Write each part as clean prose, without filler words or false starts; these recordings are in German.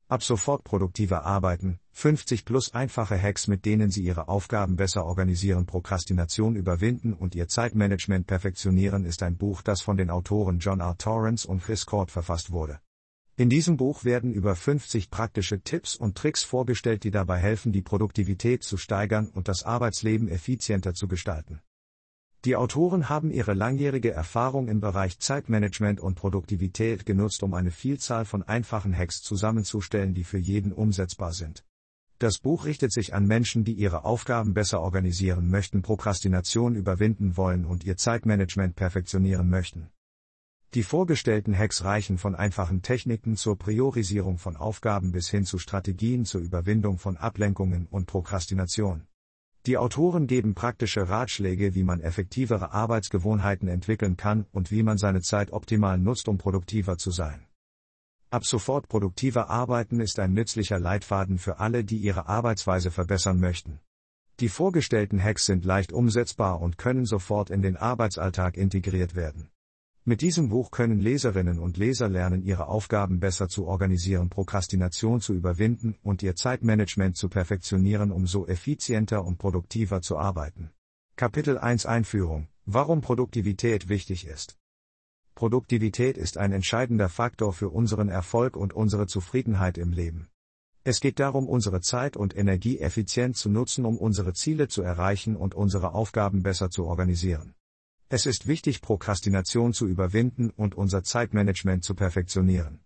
Ab sofort produktiver arbeiten, 50 plus einfache Hacks, mit denen Sie Ihre Aufgaben besser organisieren, Prokrastination überwinden und Ihr Zeitmanagement perfektionieren, ist ein Buch, das von den Autoren John R. Torrance und Chris Cord verfasst wurde. In diesem Buch werden über 50 praktische Tipps und Tricks vorgestellt, die dabei helfen, die Produktivität zu steigern und das Arbeitsleben effizienter zu gestalten. Die Autoren haben ihre langjährige Erfahrung im Bereich Zeitmanagement und Produktivität genutzt, um eine Vielzahl von einfachen Hacks zusammenzustellen, die für jeden umsetzbar sind. Das Buch richtet sich an Menschen, die ihre Aufgaben besser organisieren möchten, Prokrastination überwinden wollen und ihr Zeitmanagement perfektionieren möchten. Die vorgestellten Hacks reichen von einfachen Techniken zur Priorisierung von Aufgaben bis hin zu Strategien zur Überwindung von Ablenkungen und Prokrastination. Die Autoren geben praktische Ratschläge, wie man effektivere Arbeitsgewohnheiten entwickeln kann und wie man seine Zeit optimal nutzt, um produktiver zu sein. Ab sofort produktiver arbeiten ist ein nützlicher Leitfaden für alle, die ihre Arbeitsweise verbessern möchten. Die vorgestellten Hacks sind leicht umsetzbar und können sofort in den Arbeitsalltag integriert werden. Mit diesem Buch können Leserinnen und Leser lernen, ihre Aufgaben besser zu organisieren, Prokrastination zu überwinden und ihr Zeitmanagement zu perfektionieren, um so effizienter und produktiver zu arbeiten. Kapitel 1 Einführung: Warum Produktivität wichtig ist. Produktivität ist ein entscheidender Faktor für unseren Erfolg und unsere Zufriedenheit im Leben. Es geht darum, unsere Zeit und Energie effizient zu nutzen, um unsere Ziele zu erreichen und unsere Aufgaben besser zu organisieren. Es ist wichtig, Prokrastination zu überwinden und unser Zeitmanagement zu perfektionieren.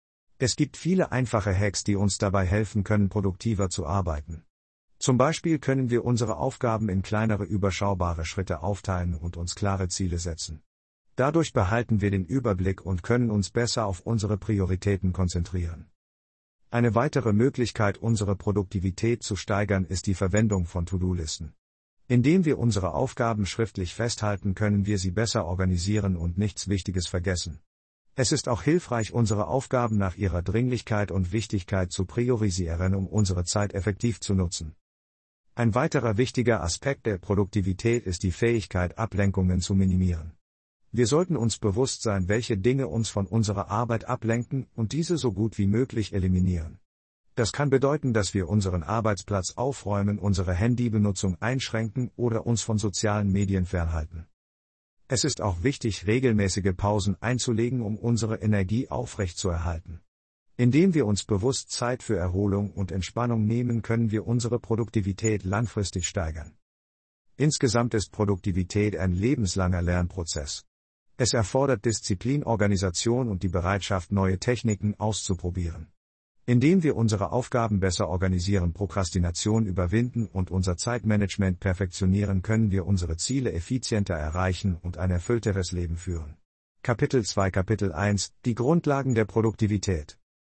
Es gibt viele einfache Hacks, die uns dabei helfen können, produktiver zu arbeiten. Zum Beispiel können wir unsere Aufgaben in kleinere, überschaubare Schritte aufteilen und uns klare Ziele setzen. Dadurch behalten wir den Überblick und können uns besser auf unsere Prioritäten konzentrieren. Eine weitere Möglichkeit, unsere Produktivität zu steigern, ist die Verwendung von To-Do-Listen. Indem wir unsere Aufgaben schriftlich festhalten, können wir sie besser organisieren und nichts Wichtiges vergessen. Es ist auch hilfreich, unsere Aufgaben nach ihrer Dringlichkeit und Wichtigkeit zu priorisieren, um unsere Zeit effektiv zu nutzen. Ein weiterer wichtiger Aspekt der Produktivität ist die Fähigkeit, Ablenkungen zu minimieren. Wir sollten uns bewusst sein, welche Dinge uns von unserer Arbeit ablenken und diese so gut wie möglich eliminieren. Das kann bedeuten, dass wir unseren Arbeitsplatz aufräumen, unsere Handybenutzung einschränken oder uns von sozialen Medien fernhalten. Es ist auch wichtig, regelmäßige Pausen einzulegen, um unsere Energie aufrechtzuerhalten. Indem wir uns bewusst Zeit für Erholung und Entspannung nehmen, können wir unsere Produktivität langfristig steigern. Insgesamt ist Produktivität ein lebenslanger Lernprozess. Es erfordert Disziplin, Organisation und die Bereitschaft, neue Techniken auszuprobieren. Indem wir unsere Aufgaben besser organisieren, Prokrastination überwinden und unser Zeitmanagement perfektionieren, können wir unsere Ziele effizienter erreichen und ein erfüllteres Leben führen. Kapitel 2 Kapitel 1 Die Grundlagen der Produktivität.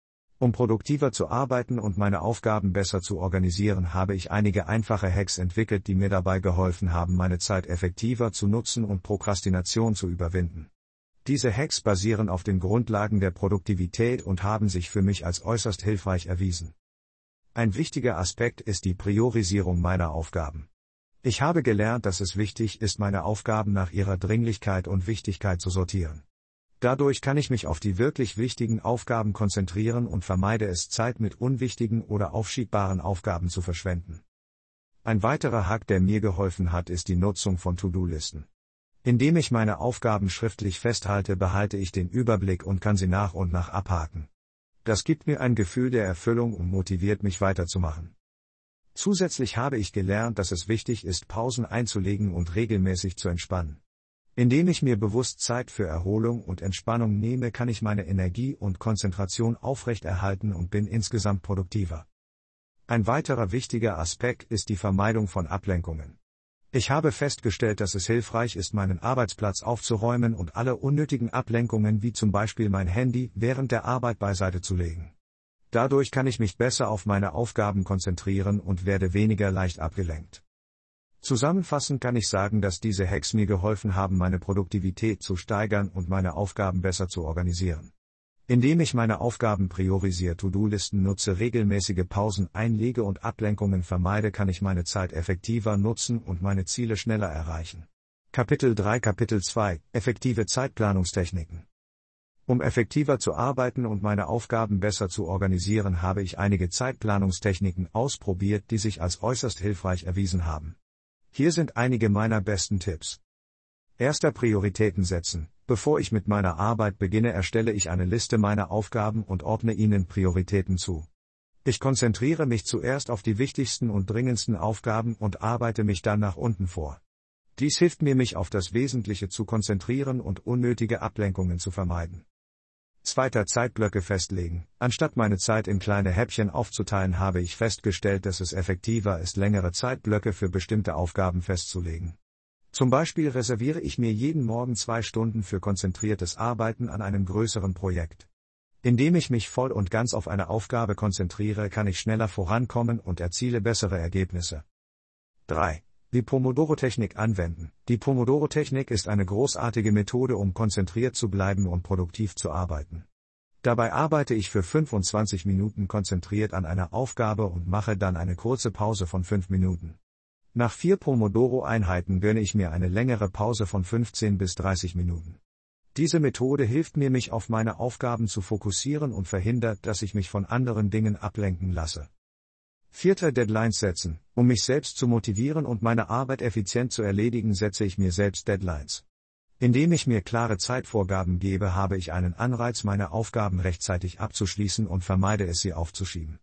Um produktiver zu arbeiten und meine Aufgaben besser zu organisieren, habe ich einige einfache Hacks entwickelt, die mir dabei geholfen haben, meine Zeit effektiver zu nutzen und Prokrastination zu überwinden. Diese Hacks basieren auf den Grundlagen der Produktivität und haben sich für mich als äußerst hilfreich erwiesen. Ein wichtiger Aspekt ist die Priorisierung meiner Aufgaben. Ich habe gelernt, dass es wichtig ist, meine Aufgaben nach ihrer Dringlichkeit und Wichtigkeit zu sortieren. Dadurch kann ich mich auf die wirklich wichtigen Aufgaben konzentrieren und vermeide es, Zeit mit unwichtigen oder aufschiebbaren Aufgaben zu verschwenden. Ein weiterer Hack, der mir geholfen hat, ist die Nutzung von To-Do-Listen. Indem ich meine Aufgaben schriftlich festhalte, behalte ich den Überblick und kann sie nach und nach abhaken. Das gibt mir ein Gefühl der Erfüllung und motiviert mich weiterzumachen. Zusätzlich habe ich gelernt, dass es wichtig ist, Pausen einzulegen und regelmäßig zu entspannen. Indem ich mir bewusst Zeit für Erholung und Entspannung nehme, kann ich meine Energie und Konzentration aufrechterhalten und bin insgesamt produktiver. Ein weiterer wichtiger Aspekt ist die Vermeidung von Ablenkungen. Ich habe festgestellt, dass es hilfreich ist, meinen Arbeitsplatz aufzuräumen und alle unnötigen Ablenkungen wie zum Beispiel mein Handy während der Arbeit beiseite zu legen. Dadurch kann ich mich besser auf meine Aufgaben konzentrieren und werde weniger leicht abgelenkt. Zusammenfassend kann ich sagen, dass diese Hacks mir geholfen haben, meine Produktivität zu steigern und meine Aufgaben besser zu organisieren. Indem ich meine Aufgaben priorisiere, To-Do-Listen nutze, regelmäßige Pausen einlege und Ablenkungen vermeide, kann ich meine Zeit effektiver nutzen und meine Ziele schneller erreichen. Kapitel 3 Kapitel 2 Effektive Zeitplanungstechniken. Um effektiver zu arbeiten und meine Aufgaben besser zu organisieren, habe ich einige Zeitplanungstechniken ausprobiert, die sich als äußerst hilfreich erwiesen haben. Hier sind einige meiner besten Tipps. Erster: Prioritäten setzen. Bevor ich mit meiner Arbeit beginne, erstelle ich eine Liste meiner Aufgaben und ordne ihnen Prioritäten zu. Ich konzentriere mich zuerst auf die wichtigsten und dringendsten Aufgaben und arbeite mich dann nach unten vor. Dies hilft mir, mich auf das Wesentliche zu konzentrieren und unnötige Ablenkungen zu vermeiden. Zweiter: Zeitblöcke festlegen. Anstatt meine Zeit in kleine Häppchen aufzuteilen, habe ich festgestellt, dass es effektiver ist, längere Zeitblöcke für bestimmte Aufgaben festzulegen. Zum Beispiel reserviere ich mir jeden Morgen 2 Stunden für konzentriertes Arbeiten an einem größeren Projekt. Indem ich mich voll und ganz auf eine Aufgabe konzentriere, kann ich schneller vorankommen und erziele bessere Ergebnisse. 3. Die Pomodoro-Technik anwenden. Die Pomodoro-Technik ist eine großartige Methode, um konzentriert zu bleiben und produktiv zu arbeiten. Dabei arbeite ich für 25 Minuten konzentriert an einer Aufgabe und mache dann eine kurze Pause von 5 Minuten. Nach 4 Pomodoro-Einheiten gönne ich mir eine längere Pause von 15 bis 30 Minuten. Diese Methode hilft mir, mich auf meine Aufgaben zu fokussieren und verhindert, dass ich mich von anderen Dingen ablenken lasse. 4. Deadlines setzen. Um mich selbst zu motivieren und meine Arbeit effizient zu erledigen, setze ich mir selbst Deadlines. Indem ich mir klare Zeitvorgaben gebe, habe ich einen Anreiz, meine Aufgaben rechtzeitig abzuschließen und vermeide es, sie aufzuschieben.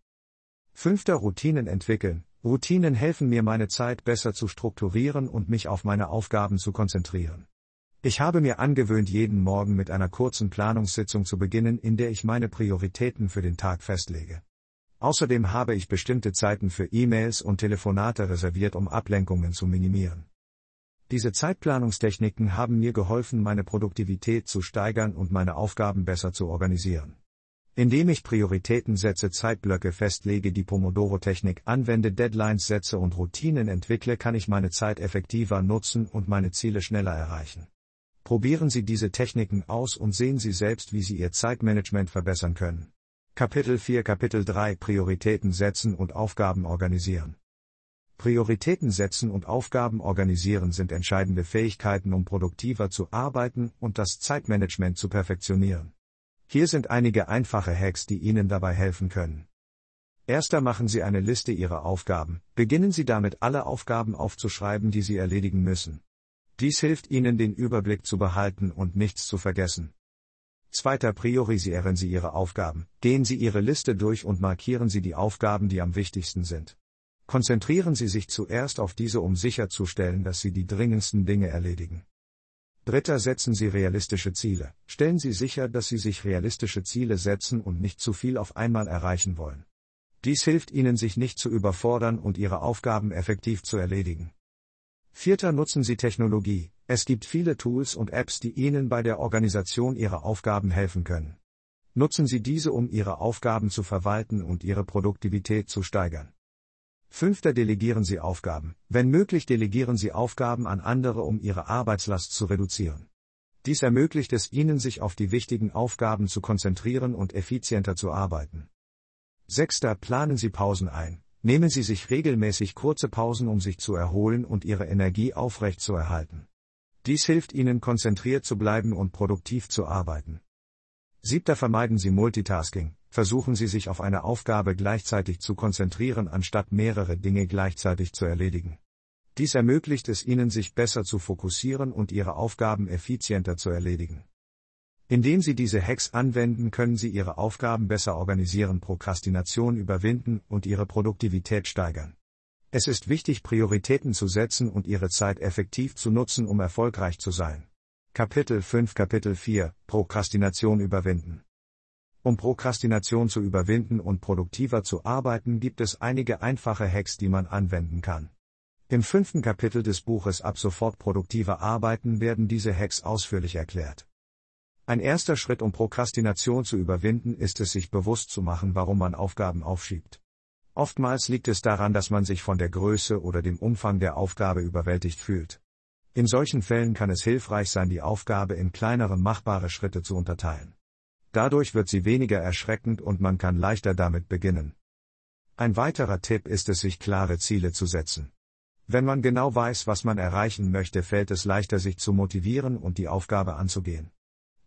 5. Routinen entwickeln. Routinen helfen mir, meine Zeit besser zu strukturieren und mich auf meine Aufgaben zu konzentrieren. Ich habe mir angewöhnt, jeden Morgen mit einer kurzen Planungssitzung zu beginnen, in der ich meine Prioritäten für den Tag festlege. Außerdem habe ich bestimmte Zeiten für E-Mails und Telefonate reserviert, um Ablenkungen zu minimieren. Diese Zeitplanungstechniken haben mir geholfen, meine Produktivität zu steigern und meine Aufgaben besser zu organisieren. Indem ich Prioritäten setze, Zeitblöcke festlege, die Pomodoro-Technik anwende, Deadlines setze und Routinen entwickle, kann ich meine Zeit effektiver nutzen und meine Ziele schneller erreichen. Probieren Sie diese Techniken aus und sehen Sie selbst, wie Sie Ihr Zeitmanagement verbessern können. Kapitel 4 Kapitel 3 Prioritäten setzen und Aufgaben organisieren. Prioritäten setzen und Aufgaben organisieren sind entscheidende Fähigkeiten, um produktiver zu arbeiten und das Zeitmanagement zu perfektionieren. Hier sind einige einfache Hacks, die Ihnen dabei helfen können. Erster: Machen Sie eine Liste Ihrer Aufgaben. Beginnen Sie damit, alle Aufgaben aufzuschreiben, die Sie erledigen müssen. Dies hilft Ihnen, den Überblick zu behalten und nichts zu vergessen. Zweiter: Priorisieren Sie Ihre Aufgaben. Gehen Sie Ihre Liste durch und markieren Sie die Aufgaben, die am wichtigsten sind. Konzentrieren Sie sich zuerst auf diese, um sicherzustellen, dass Sie die dringendsten Dinge erledigen. Dritter: Setzen Sie realistische Ziele. Stellen Sie sicher, dass Sie sich realistische Ziele setzen und nicht zu viel auf einmal erreichen wollen. Dies hilft Ihnen, sich nicht zu überfordern und Ihre Aufgaben effektiv zu erledigen. Vierter: Nutzen Sie Technologie. Es gibt viele Tools und Apps, die Ihnen bei der Organisation Ihrer Aufgaben helfen können. Nutzen Sie diese, um Ihre Aufgaben zu verwalten und Ihre Produktivität zu steigern. Fünfter: Delegieren Sie Aufgaben. Wenn möglich, delegieren Sie Aufgaben an andere, um Ihre Arbeitslast zu reduzieren. Dies ermöglicht es Ihnen, sich auf die wichtigen Aufgaben zu konzentrieren und effizienter zu arbeiten. Sechster: Planen Sie Pausen ein. Nehmen Sie sich regelmäßig kurze Pausen, um sich zu erholen und Ihre Energie aufrechtzuerhalten. Dies hilft Ihnen, konzentriert zu bleiben und produktiv zu arbeiten. Siebter: Vermeiden Sie Multitasking. Versuchen Sie, sich auf eine Aufgabe gleichzeitig zu konzentrieren, anstatt mehrere Dinge gleichzeitig zu erledigen. Dies ermöglicht es Ihnen, sich besser zu fokussieren und Ihre Aufgaben effizienter zu erledigen. Indem Sie diese Hacks anwenden, können Sie Ihre Aufgaben besser organisieren, Prokrastination überwinden und Ihre Produktivität steigern. Es ist wichtig, Prioritäten zu setzen und Ihre Zeit effektiv zu nutzen, um erfolgreich zu sein. Kapitel 5 Kapitel 4 Prokrastination überwinden. Um Prokrastination zu überwinden und produktiver zu arbeiten, gibt es einige einfache Hacks, die man anwenden kann. Im 5. Kapitel des Buches Ab sofort produktiver arbeiten werden diese Hacks ausführlich erklärt. Ein erster Schritt, um Prokrastination zu überwinden, ist es, sich bewusst zu machen, warum man Aufgaben aufschiebt. Oftmals liegt es daran, dass man sich von der Größe oder dem Umfang der Aufgabe überwältigt fühlt. In solchen Fällen kann es hilfreich sein, die Aufgabe in kleinere machbare Schritte zu unterteilen. Dadurch wird sie weniger erschreckend und man kann leichter damit beginnen. Ein weiterer Tipp ist es, sich klare Ziele zu setzen. Wenn man genau weiß, was man erreichen möchte, fällt es leichter, sich zu motivieren und die Aufgabe anzugehen.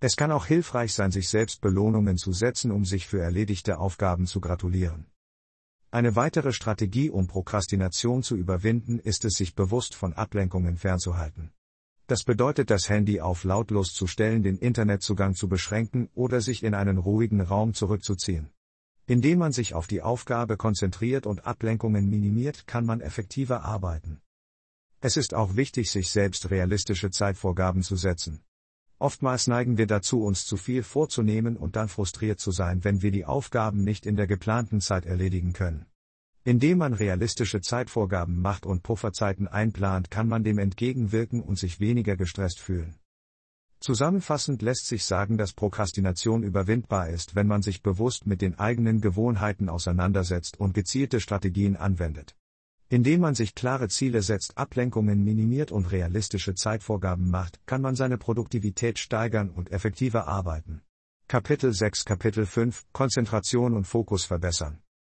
Es kann auch hilfreich sein, sich selbst Belohnungen zu setzen, um sich für erledigte Aufgaben zu gratulieren. Eine weitere Strategie, um Prokrastination zu überwinden, ist es, sich bewusst von Ablenkungen fernzuhalten. Das bedeutet, das Handy auf lautlos zu stellen, den Internetzugang zu beschränken oder sich in einen ruhigen Raum zurückzuziehen. Indem man sich auf die Aufgabe konzentriert und Ablenkungen minimiert, kann man effektiver arbeiten. Es ist auch wichtig, sich selbst realistische Zeitvorgaben zu setzen. Oftmals neigen wir dazu, uns zu viel vorzunehmen und dann frustriert zu sein, wenn wir die Aufgaben nicht in der geplanten Zeit erledigen können. Indem man realistische Zeitvorgaben macht und Pufferzeiten einplant, kann man dem entgegenwirken und sich weniger gestresst fühlen. Zusammenfassend lässt sich sagen, dass Prokrastination überwindbar ist, wenn man sich bewusst mit den eigenen Gewohnheiten auseinandersetzt und gezielte Strategien anwendet. Indem man sich klare Ziele setzt, Ablenkungen minimiert und realistische Zeitvorgaben macht, kann man seine Produktivität steigern und effektiver arbeiten. Kapitel 6 Kapitel 5 Konzentration und Fokus verbessern.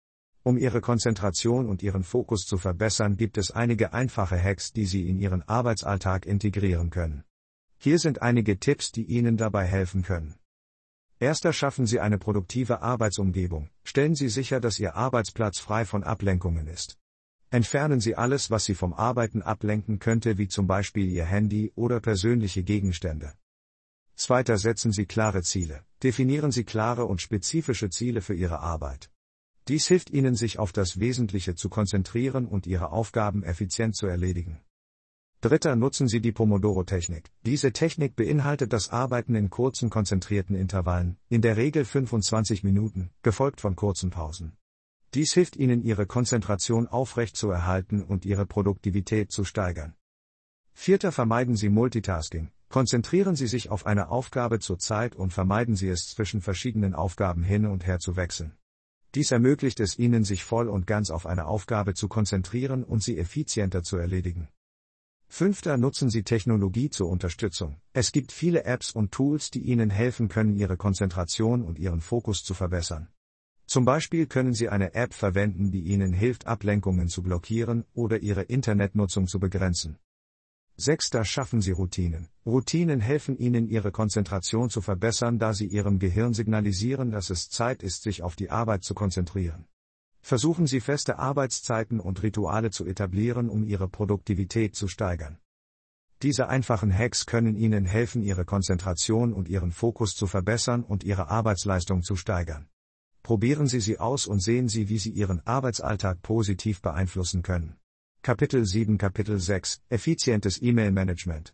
Um Ihre Konzentration und Ihren Fokus zu verbessern, gibt es einige einfache Hacks, die Sie in Ihren Arbeitsalltag integrieren können. Hier sind einige Tipps, die Ihnen dabei helfen können. Erster: Schaffen Sie eine produktive Arbeitsumgebung. Stellen Sie sicher, dass Ihr Arbeitsplatz frei von Ablenkungen ist. Entfernen Sie alles, was Sie vom Arbeiten ablenken könnte, wie zum Beispiel Ihr Handy oder persönliche Gegenstände. Zweiter: Setzen Sie klare Ziele. Definieren Sie klare und spezifische Ziele für Ihre Arbeit. Dies hilft Ihnen, sich auf das Wesentliche zu konzentrieren und Ihre Aufgaben effizient zu erledigen. Dritter: Nutzen Sie die Pomodoro-Technik. Diese Technik beinhaltet das Arbeiten in kurzen, konzentrierten Intervallen, in der Regel 25 Minuten, gefolgt von kurzen Pausen. Dies hilft Ihnen, Ihre Konzentration aufrechtzuerhalten und Ihre Produktivität zu steigern. Vierter: Vermeiden Sie Multitasking. Konzentrieren Sie sich auf eine Aufgabe zur Zeit und vermeiden Sie es, zwischen verschiedenen Aufgaben hin und her zu wechseln. Dies ermöglicht es Ihnen, sich voll und ganz auf eine Aufgabe zu konzentrieren und sie effizienter zu erledigen. Fünfter: Nutzen Sie Technologie zur Unterstützung. Es gibt viele Apps und Tools, die Ihnen helfen können, Ihre Konzentration und Ihren Fokus zu verbessern. Zum Beispiel können Sie eine App verwenden, die Ihnen hilft, Ablenkungen zu blockieren oder Ihre Internetnutzung zu begrenzen. Sechster: Schaffen Sie Routinen. Routinen helfen Ihnen, Ihre Konzentration zu verbessern, da sie Ihrem Gehirn signalisieren, dass es Zeit ist, sich auf die Arbeit zu konzentrieren. Versuchen Sie, feste Arbeitszeiten und Rituale zu etablieren, um Ihre Produktivität zu steigern. Diese einfachen Hacks können Ihnen helfen, Ihre Konzentration und Ihren Fokus zu verbessern und Ihre Arbeitsleistung zu steigern. Probieren Sie sie aus und sehen Sie, wie Sie Ihren Arbeitsalltag positiv beeinflussen können. Kapitel 7 Kapitel 6 Effizientes E-Mail-Management.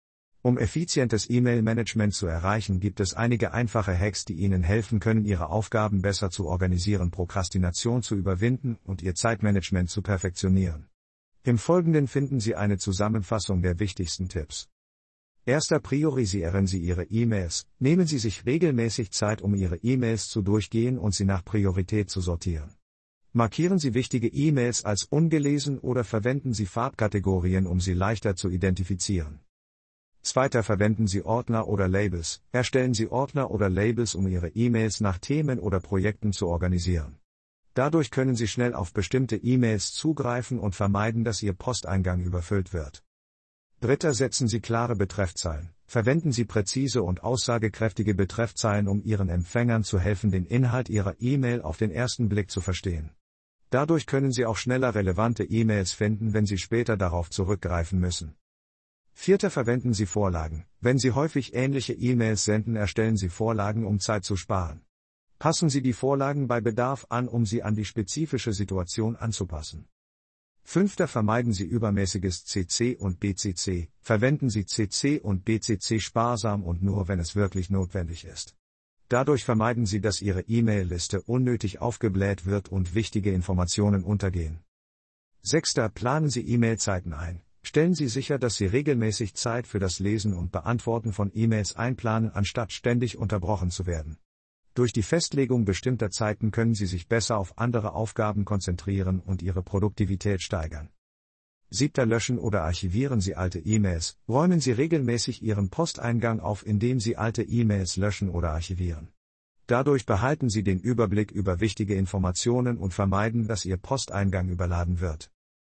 Um effizientes E-Mail-Management zu erreichen, gibt es einige einfache Hacks, die Ihnen helfen können, Ihre Aufgaben besser zu organisieren, Prokrastination zu überwinden und Ihr Zeitmanagement zu perfektionieren. Im Folgenden finden Sie eine Zusammenfassung der wichtigsten Tipps. Erster: Priorisieren Sie Ihre E-Mails. Nehmen Sie sich regelmäßig Zeit, um Ihre E-Mails zu durchgehen und sie nach Priorität zu sortieren. Markieren Sie wichtige E-Mails als ungelesen oder verwenden Sie Farbkategorien, um sie leichter zu identifizieren. Zweiter: Verwenden Sie Ordner oder Labels. Erstellen Sie Ordner oder Labels, um Ihre E-Mails nach Themen oder Projekten zu organisieren. Dadurch können Sie schnell auf bestimmte E-Mails zugreifen und vermeiden, dass Ihr Posteingang überfüllt wird. Dritter: Setzen Sie klare Betreffzeilen. Verwenden Sie präzise und aussagekräftige Betreffzeilen, um Ihren Empfängern zu helfen, den Inhalt Ihrer E-Mail auf den ersten Blick zu verstehen. Dadurch können Sie auch schneller relevante E-Mails finden, wenn Sie später darauf zurückgreifen müssen. Vierter: Verwenden Sie Vorlagen. Wenn Sie häufig ähnliche E-Mails senden, erstellen Sie Vorlagen, um Zeit zu sparen. Passen Sie die Vorlagen bei Bedarf an, um sie an die spezifische Situation anzupassen. Fünfter: Vermeiden Sie übermäßiges CC und BCC. Verwenden Sie CC und BCC sparsam und nur, wenn es wirklich notwendig ist. Dadurch vermeiden Sie, dass Ihre E-Mail-Liste unnötig aufgebläht wird und wichtige Informationen untergehen. Sechster: Planen Sie E-Mail-Zeiten ein. Stellen Sie sicher, dass Sie regelmäßig Zeit für das Lesen und Beantworten von E-Mails einplanen, anstatt ständig unterbrochen zu werden. Durch die Festlegung bestimmter Zeiten können Sie sich besser auf andere Aufgaben konzentrieren und Ihre Produktivität steigern. Siebter: Löschen oder archivieren Sie alte E-Mails. Räumen Sie regelmäßig Ihren Posteingang auf, indem Sie alte E-Mails löschen oder archivieren. Dadurch behalten Sie den Überblick über wichtige Informationen und vermeiden, dass Ihr Posteingang überladen wird.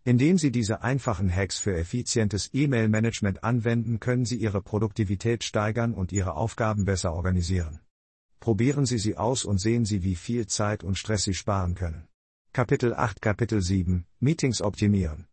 Indem Sie diese einfachen Hacks für effizientes E-Mail-Management anwenden, können Sie Ihre Produktivität steigern und Ihre Aufgaben besser organisieren. Probieren Sie sie aus und sehen Sie, wie viel Zeit und Stress Sie sparen können. Kapitel 8 Kapitel 7 Meetings optimieren.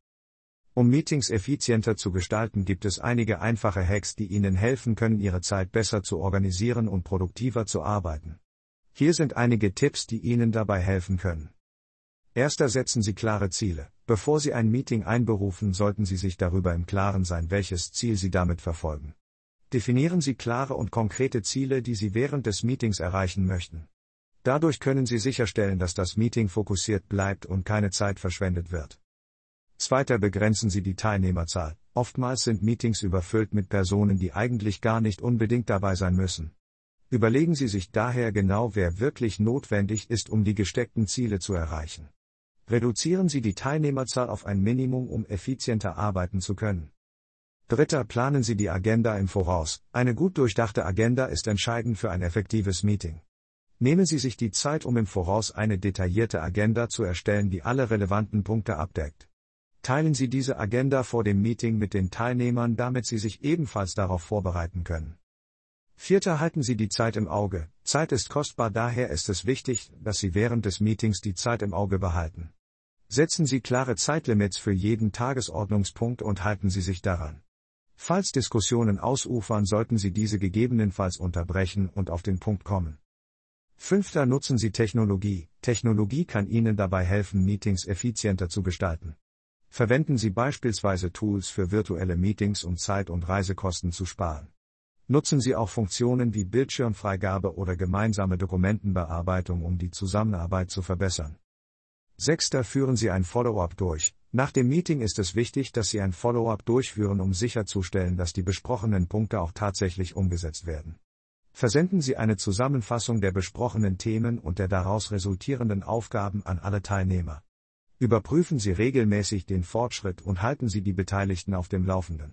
Um Meetings effizienter zu gestalten, gibt es einige einfache Hacks, die Ihnen helfen können, Ihre Zeit besser zu organisieren und produktiver zu arbeiten. Hier sind einige Tipps, die Ihnen dabei helfen können. Erster: Setzen Sie klare Ziele. Bevor Sie ein Meeting einberufen, sollten Sie sich darüber im Klaren sein, welches Ziel Sie damit verfolgen. Definieren Sie klare und konkrete Ziele, die Sie während des Meetings erreichen möchten. Dadurch können Sie sicherstellen, dass das Meeting fokussiert bleibt und keine Zeit verschwendet wird. Zweiter: Begrenzen Sie die Teilnehmerzahl. Oftmals sind Meetings überfüllt mit Personen, die eigentlich gar nicht unbedingt dabei sein müssen. Überlegen Sie sich daher genau, wer wirklich notwendig ist, um die gesteckten Ziele zu erreichen. Reduzieren Sie die Teilnehmerzahl auf ein Minimum, um effizienter arbeiten zu können. Dritter: Planen Sie die Agenda im Voraus. Eine gut durchdachte Agenda ist entscheidend für ein effektives Meeting. Nehmen Sie sich die Zeit, um im Voraus eine detaillierte Agenda zu erstellen, die alle relevanten Punkte abdeckt. Teilen Sie diese Agenda vor dem Meeting mit den Teilnehmern, damit sie sich ebenfalls darauf vorbereiten können. Vierter: Halten Sie die Zeit im Auge. Zeit ist kostbar, daher ist es wichtig, dass Sie während des Meetings die Zeit im Auge behalten. Setzen Sie klare Zeitlimits für jeden Tagesordnungspunkt und halten Sie sich daran. Falls Diskussionen ausufern, sollten Sie diese gegebenenfalls unterbrechen und auf den Punkt kommen. Fünfter: Nutzen Sie Technologie. Technologie kann Ihnen dabei helfen, Meetings effizienter zu gestalten. Verwenden Sie beispielsweise Tools für virtuelle Meetings, um Zeit und Reisekosten zu sparen. Nutzen Sie auch Funktionen wie Bildschirmfreigabe oder gemeinsame Dokumentenbearbeitung, um die Zusammenarbeit zu verbessern. Sechster: Führen Sie ein Follow-up durch. Nach dem Meeting ist es wichtig, dass Sie ein Follow-up durchführen, um sicherzustellen, dass die besprochenen Punkte auch tatsächlich umgesetzt werden. Versenden Sie eine Zusammenfassung der besprochenen Themen und der daraus resultierenden Aufgaben an alle Teilnehmer. Überprüfen Sie regelmäßig den Fortschritt und halten Sie die Beteiligten auf dem Laufenden.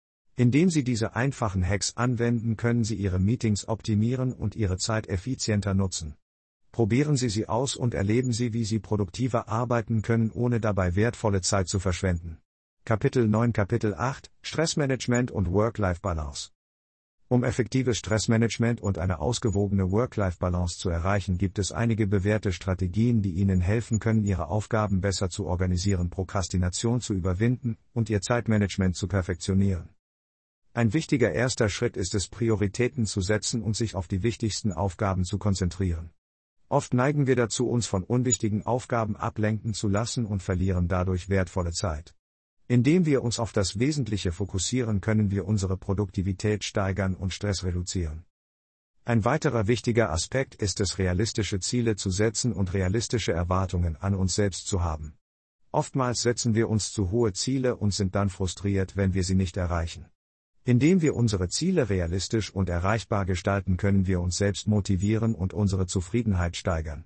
Indem Sie diese einfachen Hacks anwenden, können Sie Ihre Meetings optimieren und Ihre Zeit effizienter nutzen. Probieren Sie sie aus und erleben Sie, wie Sie produktiver arbeiten können, ohne dabei wertvolle Zeit zu verschwenden. Kapitel 9 Kapitel 8 Stressmanagement und Work-Life-Balance. Um effektives Stressmanagement und eine ausgewogene Work-Life-Balance zu erreichen, gibt es einige bewährte Strategien, die Ihnen helfen können, Ihre Aufgaben besser zu organisieren, Prokrastination zu überwinden und Ihr Zeitmanagement zu perfektionieren. Ein wichtiger erster Schritt ist es, Prioritäten zu setzen und sich auf die wichtigsten Aufgaben zu konzentrieren. Oft neigen wir dazu, uns von unwichtigen Aufgaben ablenken zu lassen und verlieren dadurch wertvolle Zeit. Indem wir uns auf das Wesentliche fokussieren, können wir unsere Produktivität steigern und Stress reduzieren. Ein weiterer wichtiger Aspekt ist es, realistische Ziele zu setzen und realistische Erwartungen an uns selbst zu haben. Oftmals setzen wir uns zu hohe Ziele und sind dann frustriert, wenn wir sie nicht erreichen. Indem wir unsere Ziele realistisch und erreichbar gestalten, können wir uns selbst motivieren und unsere Zufriedenheit steigern.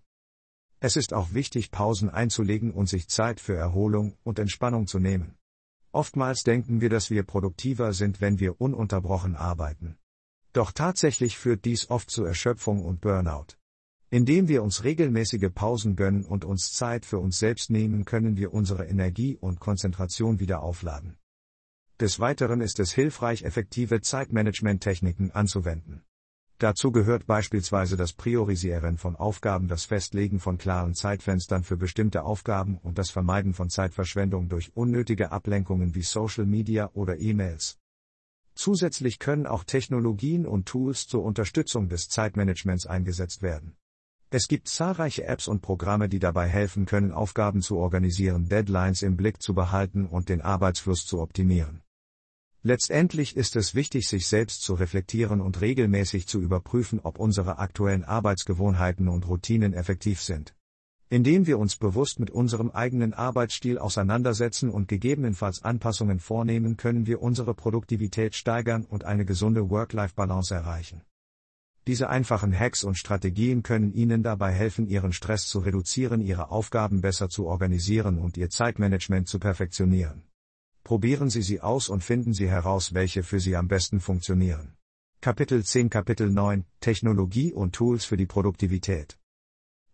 Es ist auch wichtig, Pausen einzulegen und sich Zeit für Erholung und Entspannung zu nehmen. Oftmals denken wir, dass wir produktiver sind, wenn wir ununterbrochen arbeiten. Doch tatsächlich führt dies oft zu Erschöpfung und Burnout. Indem wir uns regelmäßige Pausen gönnen und uns Zeit für uns selbst nehmen, können wir unsere Energie und Konzentration wieder aufladen. Des Weiteren ist es hilfreich, effektive Zeitmanagement-Techniken anzuwenden. Dazu gehört beispielsweise das Priorisieren von Aufgaben, das Festlegen von klaren Zeitfenstern für bestimmte Aufgaben und das Vermeiden von Zeitverschwendung durch unnötige Ablenkungen wie Social Media oder E-Mails. Zusätzlich können auch Technologien und Tools zur Unterstützung des Zeitmanagements eingesetzt werden. Es gibt zahlreiche Apps und Programme, die dabei helfen können, Aufgaben zu organisieren, Deadlines im Blick zu behalten und den Arbeitsfluss zu optimieren. Letztendlich ist es wichtig, sich selbst zu reflektieren und regelmäßig zu überprüfen, ob unsere aktuellen Arbeitsgewohnheiten und Routinen effektiv sind. Indem wir uns bewusst mit unserem eigenen Arbeitsstil auseinandersetzen und gegebenenfalls Anpassungen vornehmen, können wir unsere Produktivität steigern und eine gesunde Work-Life-Balance erreichen. Diese einfachen Hacks und Strategien können Ihnen dabei helfen, Ihren Stress zu reduzieren, Ihre Aufgaben besser zu organisieren und Ihr Zeitmanagement zu perfektionieren. Probieren Sie sie aus und finden Sie heraus, welche für Sie am besten funktionieren. Kapitel 10 Kapitel 9 Technologie und Tools für die Produktivität.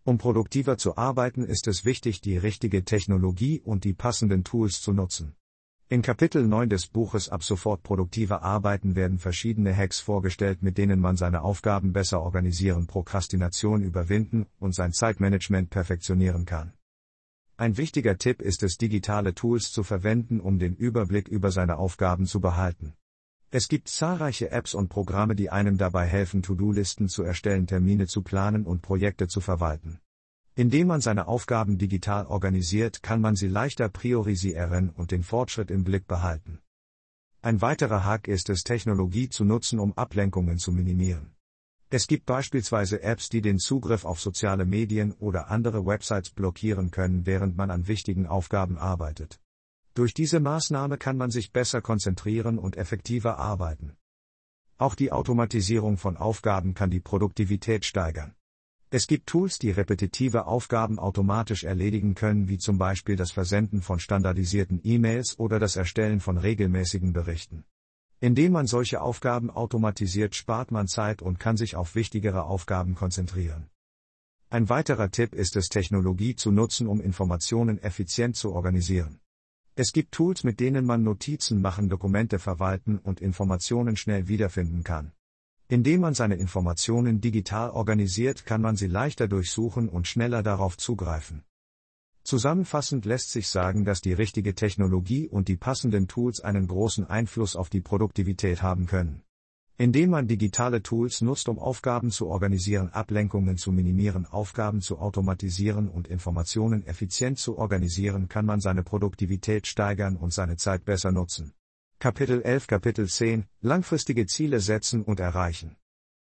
Um produktiver zu arbeiten, ist es wichtig, die richtige Technologie und die passenden Tools zu nutzen. In Kapitel 9 des Buches Ab sofort produktiver arbeiten werden verschiedene Hacks vorgestellt, mit denen man seine Aufgaben besser organisieren, Prokrastination überwinden und sein Zeitmanagement perfektionieren kann. Ein wichtiger Tipp ist es, digitale Tools zu verwenden, um den Überblick über seine Aufgaben zu behalten. Es gibt zahlreiche Apps und Programme, die einem dabei helfen, To-Do-Listen zu erstellen, Termine zu planen und Projekte zu verwalten. Indem man seine Aufgaben digital organisiert, kann man sie leichter priorisieren und den Fortschritt im Blick behalten. Ein weiterer Hack ist es, Technologie zu nutzen, um Ablenkungen zu minimieren. Es gibt beispielsweise Apps, die den Zugriff auf soziale Medien oder andere Websites blockieren können, während man an wichtigen Aufgaben arbeitet. Durch diese Maßnahme kann man sich besser konzentrieren und effektiver arbeiten. Auch die Automatisierung von Aufgaben kann die Produktivität steigern. Es gibt Tools, die repetitive Aufgaben automatisch erledigen können, wie zum Beispiel das Versenden von standardisierten E-Mails oder das Erstellen von regelmäßigen Berichten. Indem man solche Aufgaben automatisiert, spart man Zeit und kann sich auf wichtigere Aufgaben konzentrieren. Ein weiterer Tipp ist es, Technologie zu nutzen, um Informationen effizient zu organisieren. Es gibt Tools, mit denen man Notizen machen, Dokumente verwalten und Informationen schnell wiederfinden kann. Indem man seine Informationen digital organisiert, kann man sie leichter durchsuchen und schneller darauf zugreifen. Zusammenfassend lässt sich sagen, dass die richtige Technologie und die passenden Tools einen großen Einfluss auf die Produktivität haben können. Indem man digitale Tools nutzt, um Aufgaben zu organisieren, Ablenkungen zu minimieren, Aufgaben zu automatisieren und Informationen effizient zu organisieren, kann man seine Produktivität steigern und seine Zeit besser nutzen. Kapitel 11 Kapitel 10 Langfristige Ziele setzen und erreichen.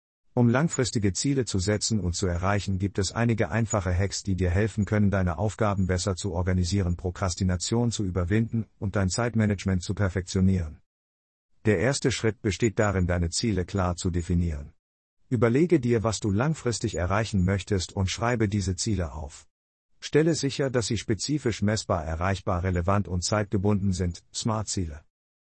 Um langfristige Ziele zu setzen und zu erreichen, gibt es einige einfache Hacks, die dir helfen können, deine Aufgaben besser zu organisieren, Prokrastination zu überwinden und dein Zeitmanagement zu perfektionieren. Der erste Schritt besteht darin, deine Ziele klar zu definieren. Überlege dir, was du langfristig erreichen möchtest und schreibe diese Ziele auf. Stelle sicher, dass sie spezifisch, messbar, erreichbar, relevant und zeitgebunden sind, SMART-Ziele.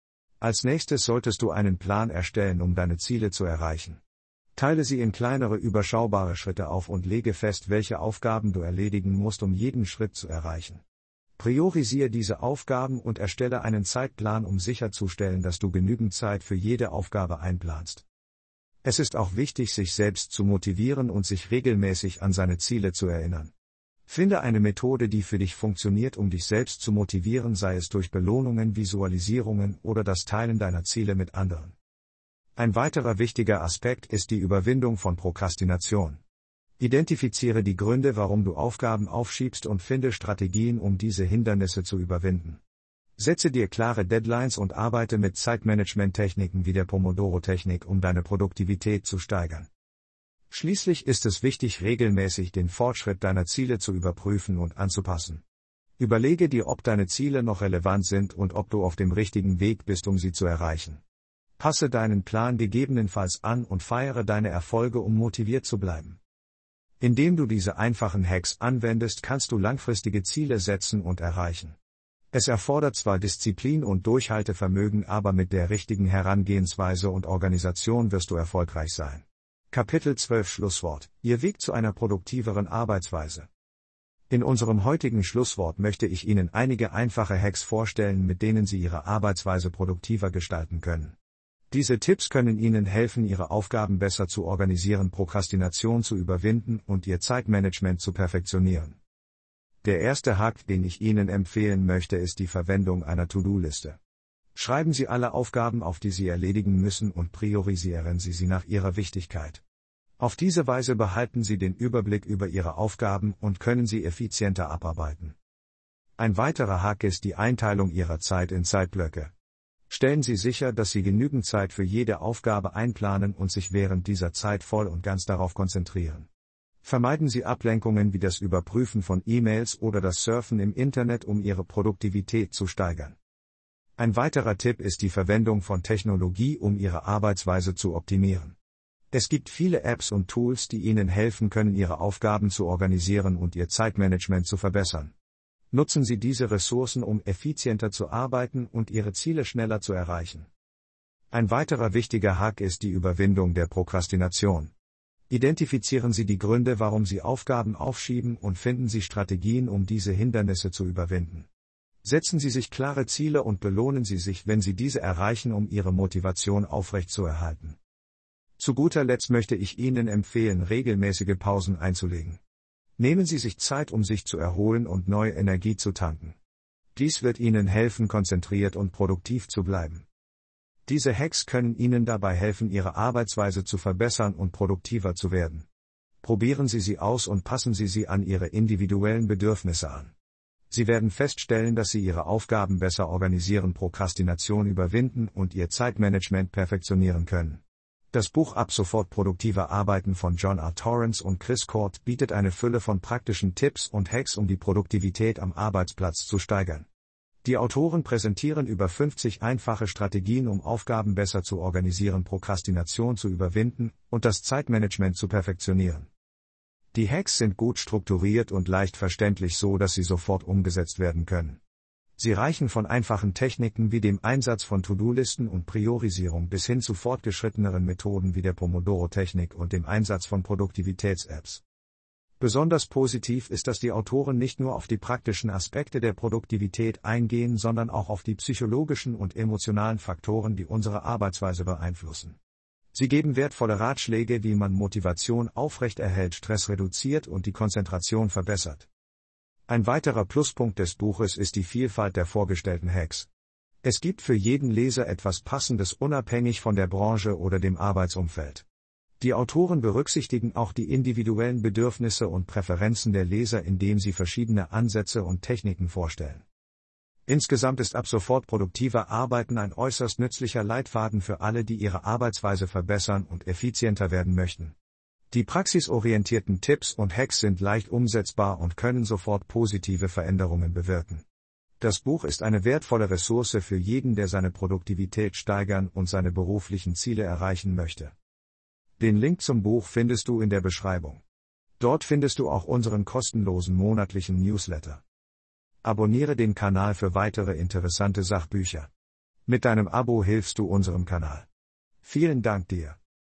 Als nächstes solltest du einen Plan erstellen, um deine Ziele zu erreichen. Teile sie in kleinere, überschaubare Schritte auf und lege fest, welche Aufgaben du erledigen musst, um jeden Schritt zu erreichen. Priorisiere diese Aufgaben und erstelle einen Zeitplan, um sicherzustellen, dass du genügend Zeit für jede Aufgabe einplanst. Es ist auch wichtig, sich selbst zu motivieren und sich regelmäßig an seine Ziele zu erinnern. Finde eine Methode, die für dich funktioniert, um dich selbst zu motivieren, sei es durch Belohnungen, Visualisierungen oder das Teilen deiner Ziele mit anderen. Ein weiterer wichtiger Aspekt ist die Überwindung von Prokrastination. Identifiziere die Gründe, warum du Aufgaben aufschiebst und finde Strategien, um diese Hindernisse zu überwinden. Setze dir klare Deadlines und arbeite mit Zeitmanagement-Techniken wie der Pomodoro-Technik, um deine Produktivität zu steigern. Schließlich ist es wichtig, regelmäßig den Fortschritt deiner Ziele zu überprüfen und anzupassen. Überlege dir, ob deine Ziele noch relevant sind und ob du auf dem richtigen Weg bist, um sie zu erreichen. Passe deinen Plan gegebenenfalls an und feiere deine Erfolge, um motiviert zu bleiben. Indem du diese einfachen Hacks anwendest, kannst du langfristige Ziele setzen und erreichen. Es erfordert zwar Disziplin und Durchhaltevermögen, aber mit der richtigen Herangehensweise und Organisation wirst du erfolgreich sein. Kapitel 12 Schlusswort: Ihr Weg zu einer produktiveren Arbeitsweise. In unserem heutigen Schlusswort möchte ich Ihnen einige einfache Hacks vorstellen, mit denen Sie Ihre Arbeitsweise produktiver gestalten können. Diese Tipps können Ihnen helfen, Ihre Aufgaben besser zu organisieren, Prokrastination zu überwinden und Ihr Zeitmanagement zu perfektionieren. Der erste Hack, den ich Ihnen empfehlen möchte, ist die Verwendung einer To-Do-Liste. Schreiben Sie alle Aufgaben auf, die Sie erledigen müssen, und priorisieren Sie sie nach ihrer Wichtigkeit. Auf diese Weise behalten Sie den Überblick über Ihre Aufgaben und können sie effizienter abarbeiten. Ein weiterer Hack ist die Einteilung Ihrer Zeit in Zeitblöcke. Stellen Sie sicher, dass Sie genügend Zeit für jede Aufgabe einplanen und sich während dieser Zeit voll und ganz darauf konzentrieren. Vermeiden Sie Ablenkungen wie das Überprüfen von E-Mails oder das Surfen im Internet, um Ihre Produktivität zu steigern. Ein weiterer Tipp ist die Verwendung von Technologie, um Ihre Arbeitsweise zu optimieren. Es gibt viele Apps und Tools, die Ihnen helfen können, Ihre Aufgaben zu organisieren und Ihr Zeitmanagement zu verbessern. Nutzen Sie diese Ressourcen, um effizienter zu arbeiten und Ihre Ziele schneller zu erreichen. Ein weiterer wichtiger Hack ist die Überwindung der Prokrastination. Identifizieren Sie die Gründe, warum Sie Aufgaben aufschieben, und finden Sie Strategien, um diese Hindernisse zu überwinden. Setzen Sie sich klare Ziele und belohnen Sie sich, wenn Sie diese erreichen, um Ihre Motivation aufrechtzuerhalten. Zu guter Letzt möchte ich Ihnen empfehlen, regelmäßige Pausen einzulegen. Nehmen Sie sich Zeit, um sich zu erholen und neue Energie zu tanken. Dies wird Ihnen helfen, konzentriert und produktiv zu bleiben. Diese Hacks können Ihnen dabei helfen, Ihre Arbeitsweise zu verbessern und produktiver zu werden. Probieren Sie sie aus und passen Sie sie an Ihre individuellen Bedürfnisse an. Sie werden feststellen, dass Sie Ihre Aufgaben besser organisieren, Prokrastination überwinden und Ihr Zeitmanagement perfektionieren können. Das Buch Ab sofort produktiver Arbeiten von John R. Torrance und Chris Cord bietet eine Fülle von praktischen Tipps und Hacks, um die Produktivität am Arbeitsplatz zu steigern. Die Autoren präsentieren über 50 einfache Strategien, um Aufgaben besser zu organisieren, Prokrastination zu überwinden und das Zeitmanagement zu perfektionieren. Die Hacks sind gut strukturiert und leicht verständlich, so dass sie sofort umgesetzt werden können. Sie reichen von einfachen Techniken wie dem Einsatz von To-Do-Listen und Priorisierung bis hin zu fortgeschritteneren Methoden wie der Pomodoro-Technik und dem Einsatz von Produktivitäts-Apps. Besonders positiv ist, dass die Autoren nicht nur auf die praktischen Aspekte der Produktivität eingehen, sondern auch auf die psychologischen und emotionalen Faktoren, die unsere Arbeitsweise beeinflussen. Sie geben wertvolle Ratschläge, wie man Motivation aufrechterhält, Stress reduziert und die Konzentration verbessert. Ein weiterer Pluspunkt des Buches ist die Vielfalt der vorgestellten Hacks. Es gibt für jeden Leser etwas Passendes, unabhängig von der Branche oder dem Arbeitsumfeld. Die Autoren berücksichtigen auch die individuellen Bedürfnisse und Präferenzen der Leser, indem sie verschiedene Ansätze und Techniken vorstellen. Insgesamt ist Ab sofort produktiver Arbeiten ein äußerst nützlicher Leitfaden für alle, die ihre Arbeitsweise verbessern und effizienter werden möchten. Die praxisorientierten Tipps und Hacks sind leicht umsetzbar und können sofort positive Veränderungen bewirken. Das Buch ist eine wertvolle Ressource für jeden, der seine Produktivität steigern und seine beruflichen Ziele erreichen möchte. Den Link zum Buch findest du in der Beschreibung. Dort findest du auch unseren kostenlosen monatlichen Newsletter. Abonniere den Kanal für weitere interessante Sachbücher. Mit deinem Abo hilfst du unserem Kanal. Vielen Dank dir.